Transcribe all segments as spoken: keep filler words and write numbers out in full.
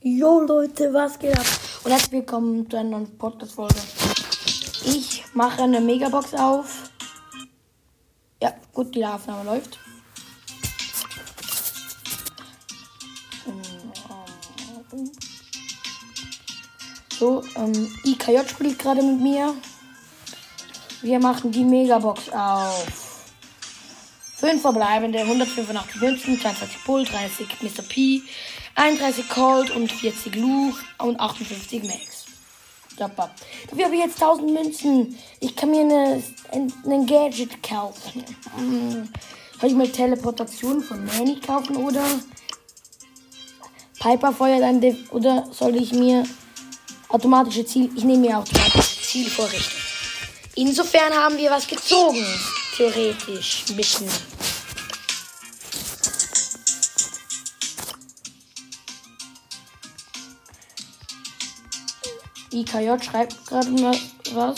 Jo Leute, was geht ab? Und herzlich willkommen zu einer neuen Podcast-Folge. Ich mache eine Megabox auf. Ja, gut, die Aufnahme läuft. So, ähm, I K J spielt gerade mit mir. Wir machen die Megabox auf. fünf verbleibende, hundertfünfundachtzig Münzen, zweiundzwanzig Bull, dreißig Mister P, einunddreißig Colt und vierzig Lu und achtundfünfzig Max. Ja, dafür habe ich jetzt tausend Münzen. Ich kann mir eine, ein, ein Gadget kaufen. Hm. Soll ich mal Teleportation von Manny kaufen oder Piper Feuerlande oder soll ich mir automatische Ziel... Ich nehme mir automatische Zielvorrichtung. Insofern haben wir was gezogen. Theoretisch ein bisschen. I K J schreibt gerade mal was.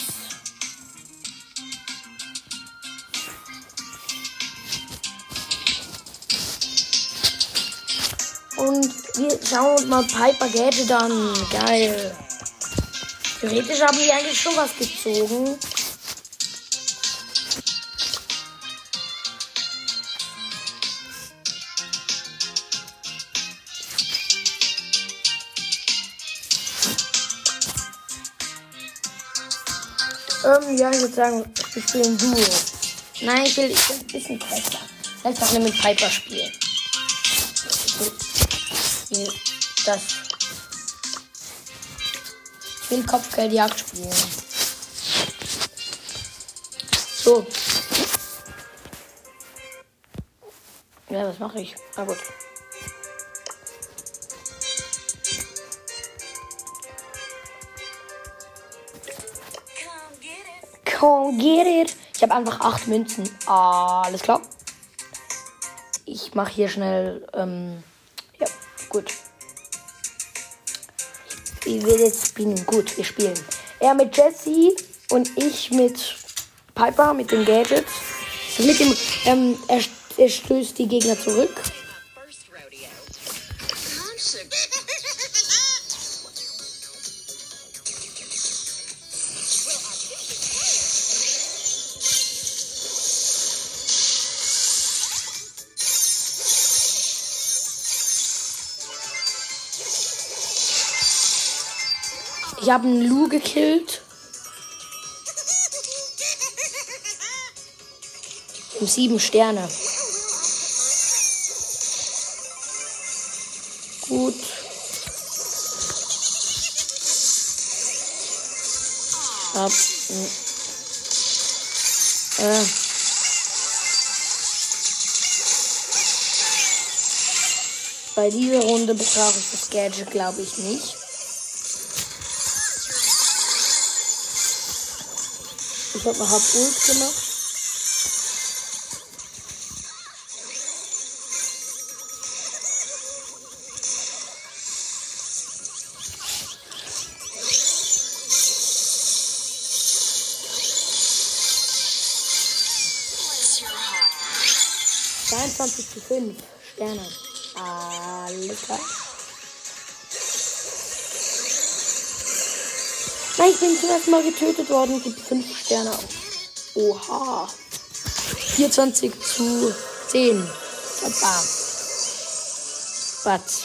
Und wir schauen uns mal Piper Gadget an. Geil. Theoretisch haben wir eigentlich schon was gezogen. Ähm, ja, ich würde sagen, wir spielen Duo. Nein, ich will, ich will ein bisschen besser. Vielleicht auch mit Piper spielen. Ich will das. Ich will Kopfgeldjagd spielen. So. Ja, was mache ich? Na gut. Come get it. Ich habe einfach acht Münzen. Alles klar. Ich mache hier schnell. Ähm, ja, gut. Ich will jetzt spielen. Gut, wir spielen. Er mit Jesse und ich mit Piper, mit den Gadgets. Mit dem, ähm, er, er stößt die Gegner zurück. Ich habe einen Lu gekillt. Um sieben Sterne. Gut. Hab, äh. Bei dieser Runde brauche ich das Gadget, glaube ich, nicht. Ich habe hab Ult gemacht. zweiundzwanzig zu fünf Sterne. Alles klar. Nein, ich bin zuerst mal getötet worden. Gibt fünf Sterne auf. Oha. vierundzwanzig zu zehn. Papa. Was?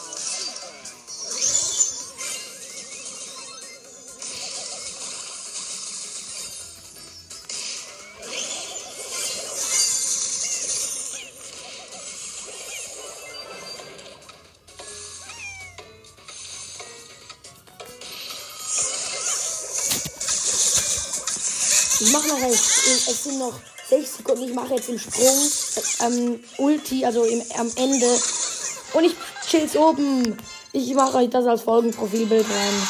Ich mache noch jetzt, es sind noch sechs Sekunden, ich mache jetzt den Sprung, ähm, Ulti, also im, am Ende. Und ich chill's oben. Ich mache euch das als Folgenprofilbild rein.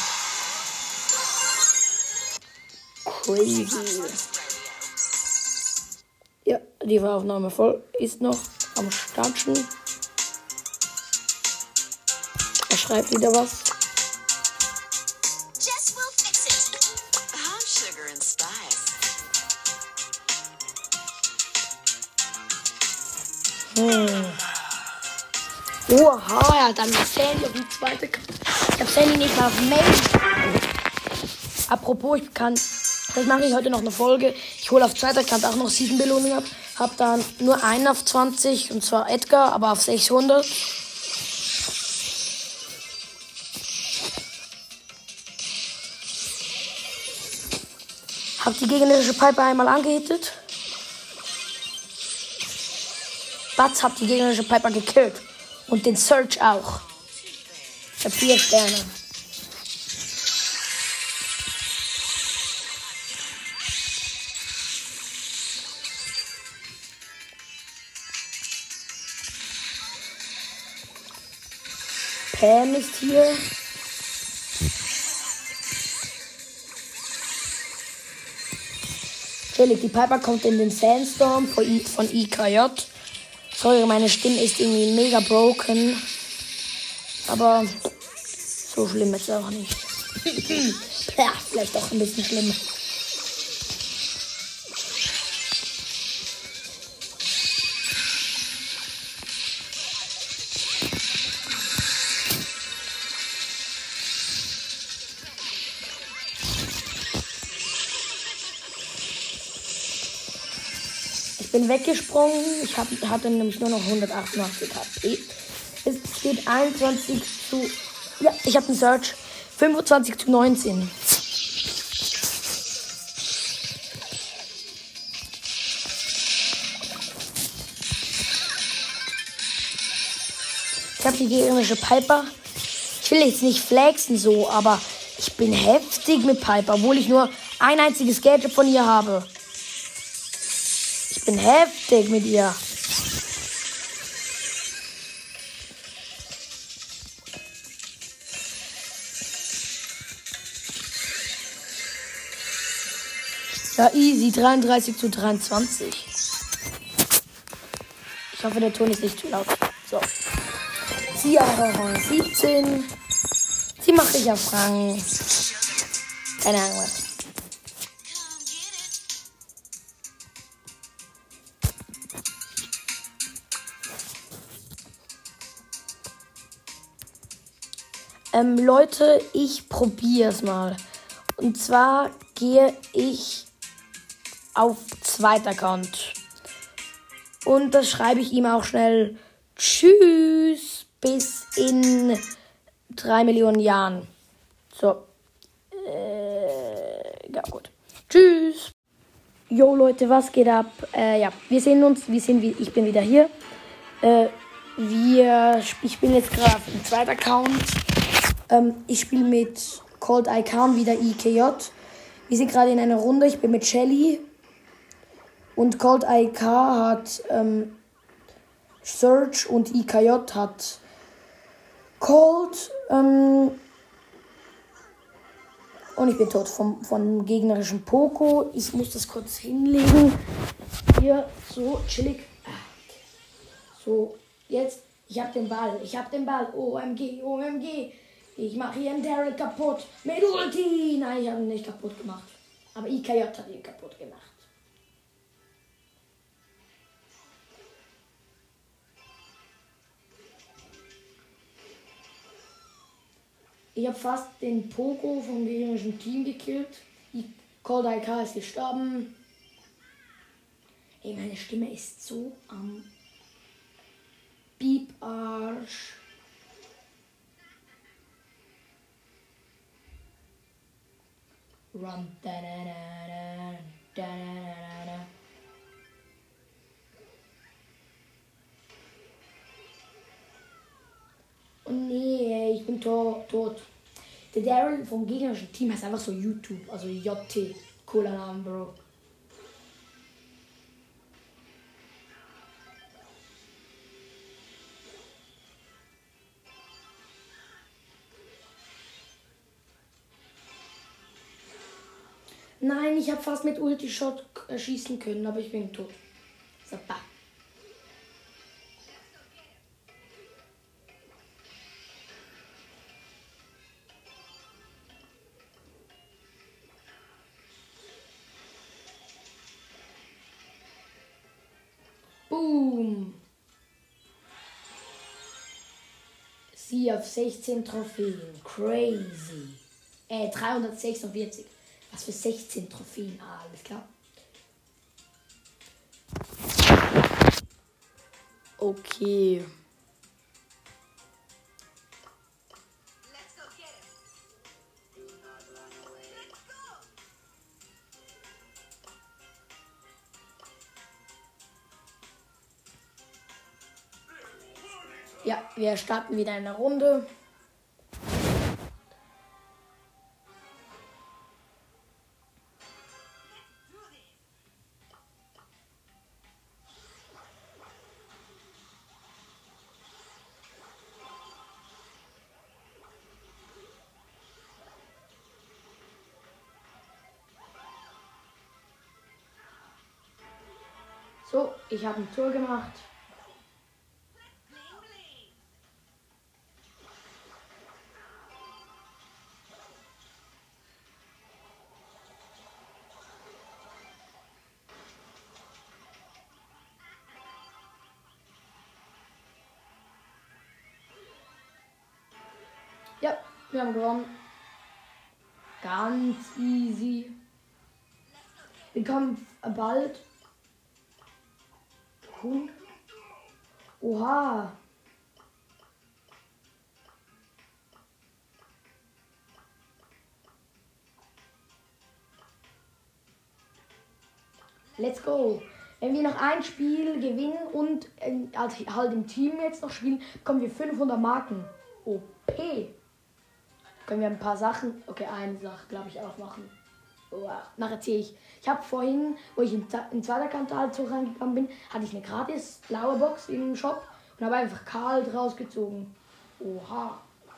Crazy. Ja, die Aufnahme voll ist noch am Starten. Er schreibt wieder was. Hm. Oh, Oha, er hat dann Sandy auf die zweite Karte. Ich hab Sandy nicht mal auf Main. Apropos, ich kann, das mache ich heute noch eine Folge. Ich hole auf zweiter Kante auch noch sieben Belohnungen ab. Hab dann nur einen auf zwanzig, und zwar Edgar, aber auf sechshundert. Hab die gegnerische Piper einmal angehittet. Batz hat die gegnerische Piper gekillt. Und den Search auch. Ich hab vier Sterne. Pam ist hier. Chillig, die Piper kommt in den Sandstorm von, I von I K J. Sorry, meine Stimme ist irgendwie mega broken. Aber so schlimm ist es auch nicht. Ja, vielleicht auch ein bisschen schlimm. Ich bin weggesprungen. Ich hab, hatte nämlich nur noch hundertachtundachtzig H P. Es steht einundzwanzig zu... Ja, ich habe einen Search. fünfundzwanzig zu neunzehn. Ich habe die gegnerische Piper. Ich will jetzt nicht flexen so, aber ich bin heftig mit Piper, obwohl ich nur ein einziges Gadget von ihr habe. Ich bin heftig mit ihr. Ja, easy. dreiunddreißig zu dreiundzwanzig. Ich hoffe, der Ton ist nicht zu laut. So. Sie aber siebzehn. Sie macht sich auf Rang. Keine Ahnung was. Ähm, Leute, ich probiere es mal. Und zwar gehe ich auf zweiter Account. Und das schreibe ich ihm auch schnell. Tschüss, bis in drei Millionen Jahren. So. Äh, ja, gut. Tschüss. Jo, Leute, was geht ab? Äh, ja, wir sehen uns. Wir sind, ich bin wieder hier. Äh, wir, ich bin jetzt gerade auf dem zweiten Account. Ähm, ich spiele mit Cold Icon, wieder I K J. Wir sind gerade in einer Runde. Ich bin mit Shelly. Und Cold I K hat ähm, Surge und I K J hat Cold. Ähm, und ich bin tot vom, vom gegnerischen Poco. Ich muss das kurz hinlegen. Hier, so, chillig. So, jetzt, ich hab den Ball. Ich hab den Ball. O M G, O M G. Ich mache hier einen Daryl kaputt. Mit Ulti. Nein, ich habe ihn nicht kaputt gemacht. Aber I K J hat ihn kaputt gemacht. Ich habe fast den Poco vom gegnerischen Team gekillt. Cold I K ist gestorben. Ey, meine Stimme ist so am Biebarsch. Run. Da, da, da, da, da, da, da. Oh nee, ich bin to tot. Der Daryl vom gegnerischen Team heißt einfach so YouTube, also J T. Cooler Name, Bro. Nein, ich habe fast mit Ulti-Shot schießen können, aber ich bin tot. Super. Boom. sie auf sechzehn Trophäen. Crazy. Äh, dreihundertsechsundvierzig. Was für sechzehn Trophäen. Ah, alles klar. Okay. Ja, wir starten wieder eine Runde. So, ich habe ein Tor gemacht. Ja, wir haben gewonnen. Ganz easy. Wir kommen bald. Oha. Let's go. Wenn wir noch ein Spiel gewinnen und äh, halt im Team jetzt noch spielen, bekommen wir fünfhundert Marken. O P. Können wir ein paar Sachen, okay, eine Sache, glaube ich, auch machen. Oh, nachher erzähle ich. Ich habe vorhin, wo ich im, im zweiten Kanalzug reingegangen bin, hatte ich eine gratis blaue Box im Shop und habe einfach Karl rausgezogen. Oha.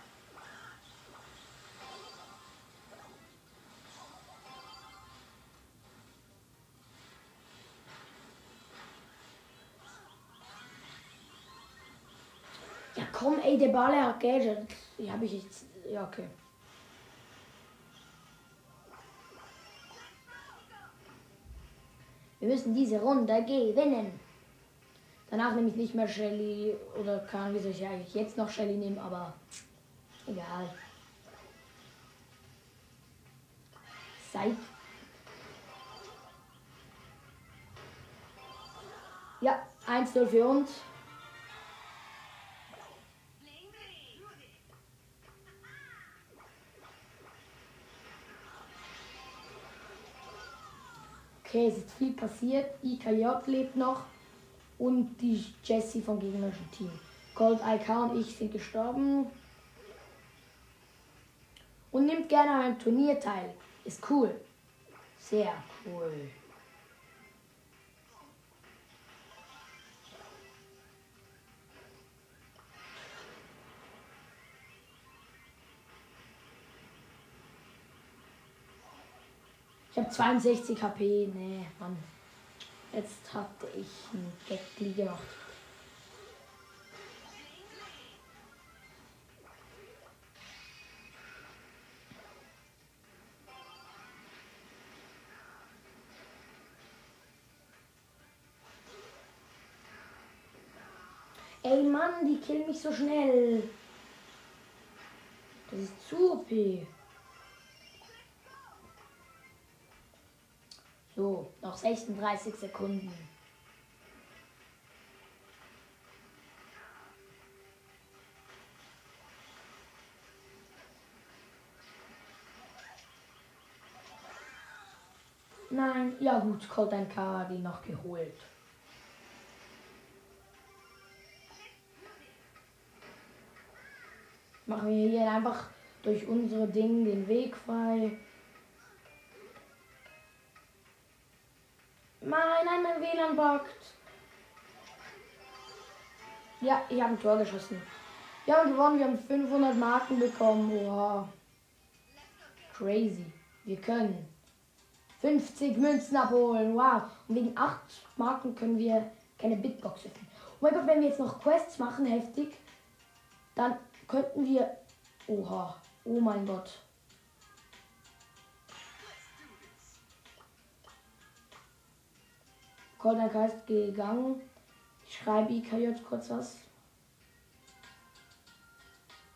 Ja komm, ey, der Ball hat Gadget. Die habe ich jetzt. Ja, okay. Wir müssen diese Runde gewinnen. Danach nehme ich nicht mehr Shelly. Oder kann, wie soll ich eigentlich jetzt noch Shelly nehmen, aber egal. Seit. Ja, eins null für uns. Okay, es ist viel passiert. I K J lebt noch. Und die Jessie vom gegnerischen Team. Cold I K und ich sind gestorben. Und nimmt gerne an einem Turnier teil. Ist cool. Sehr cool. Ich habe zweiundsechzig H P. Nee, Mann. Jetzt hatte ich einen Gag gemacht. Ey Mann, die killen mich so schnell. Das ist zu O P. So, noch sechsunddreißig Sekunden. Nein, ja gut, Colt ein K die noch geholt. Machen wir hier einfach durch unsere Dinge den Weg frei. Nein, nein, mein W L A N buggt. Ja, ich habe ein Tor geschossen. Wir haben gewonnen, wir haben fünfhundert Marken bekommen. Wow. Crazy. Wir können fünfzig Münzen abholen. Wow. Und wegen acht Marken können wir keine Bitbox öffnen. Oh mein Gott, wenn wir jetzt noch Quests machen, heftig, dann könnten wir... Oha. Oh mein Gott. Golden Geist gegangen. Ich schreibe I K J kurz was.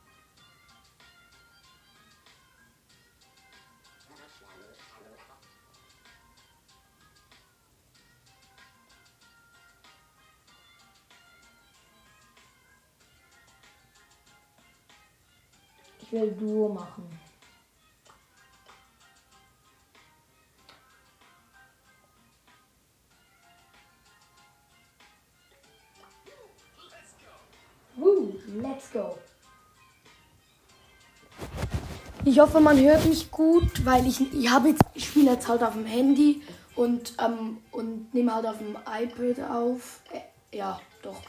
Ich will Duo machen. Woo, let's go. Ich hoffe, man hört mich gut, weil ich, ich habe jetzt, ich spiele jetzt halt auf dem Handy und, ähm, und nehme halt auf dem iPad auf. Äh, ja, doch.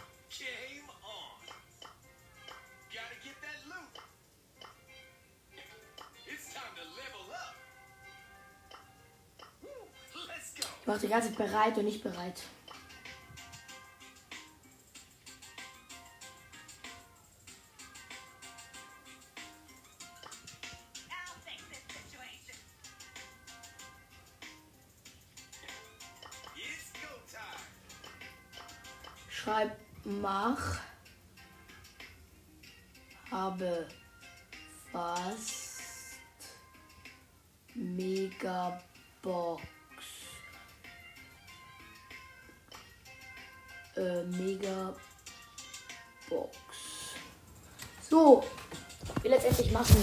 Ich mache die ganze Zeit bereit und nicht bereit. Schreib, mach, habe fast Megabox, äh, Megabox. So, ich will jetzt endlich machen.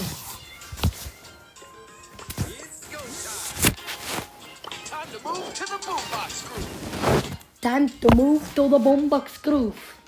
Time to move to the boombox groove.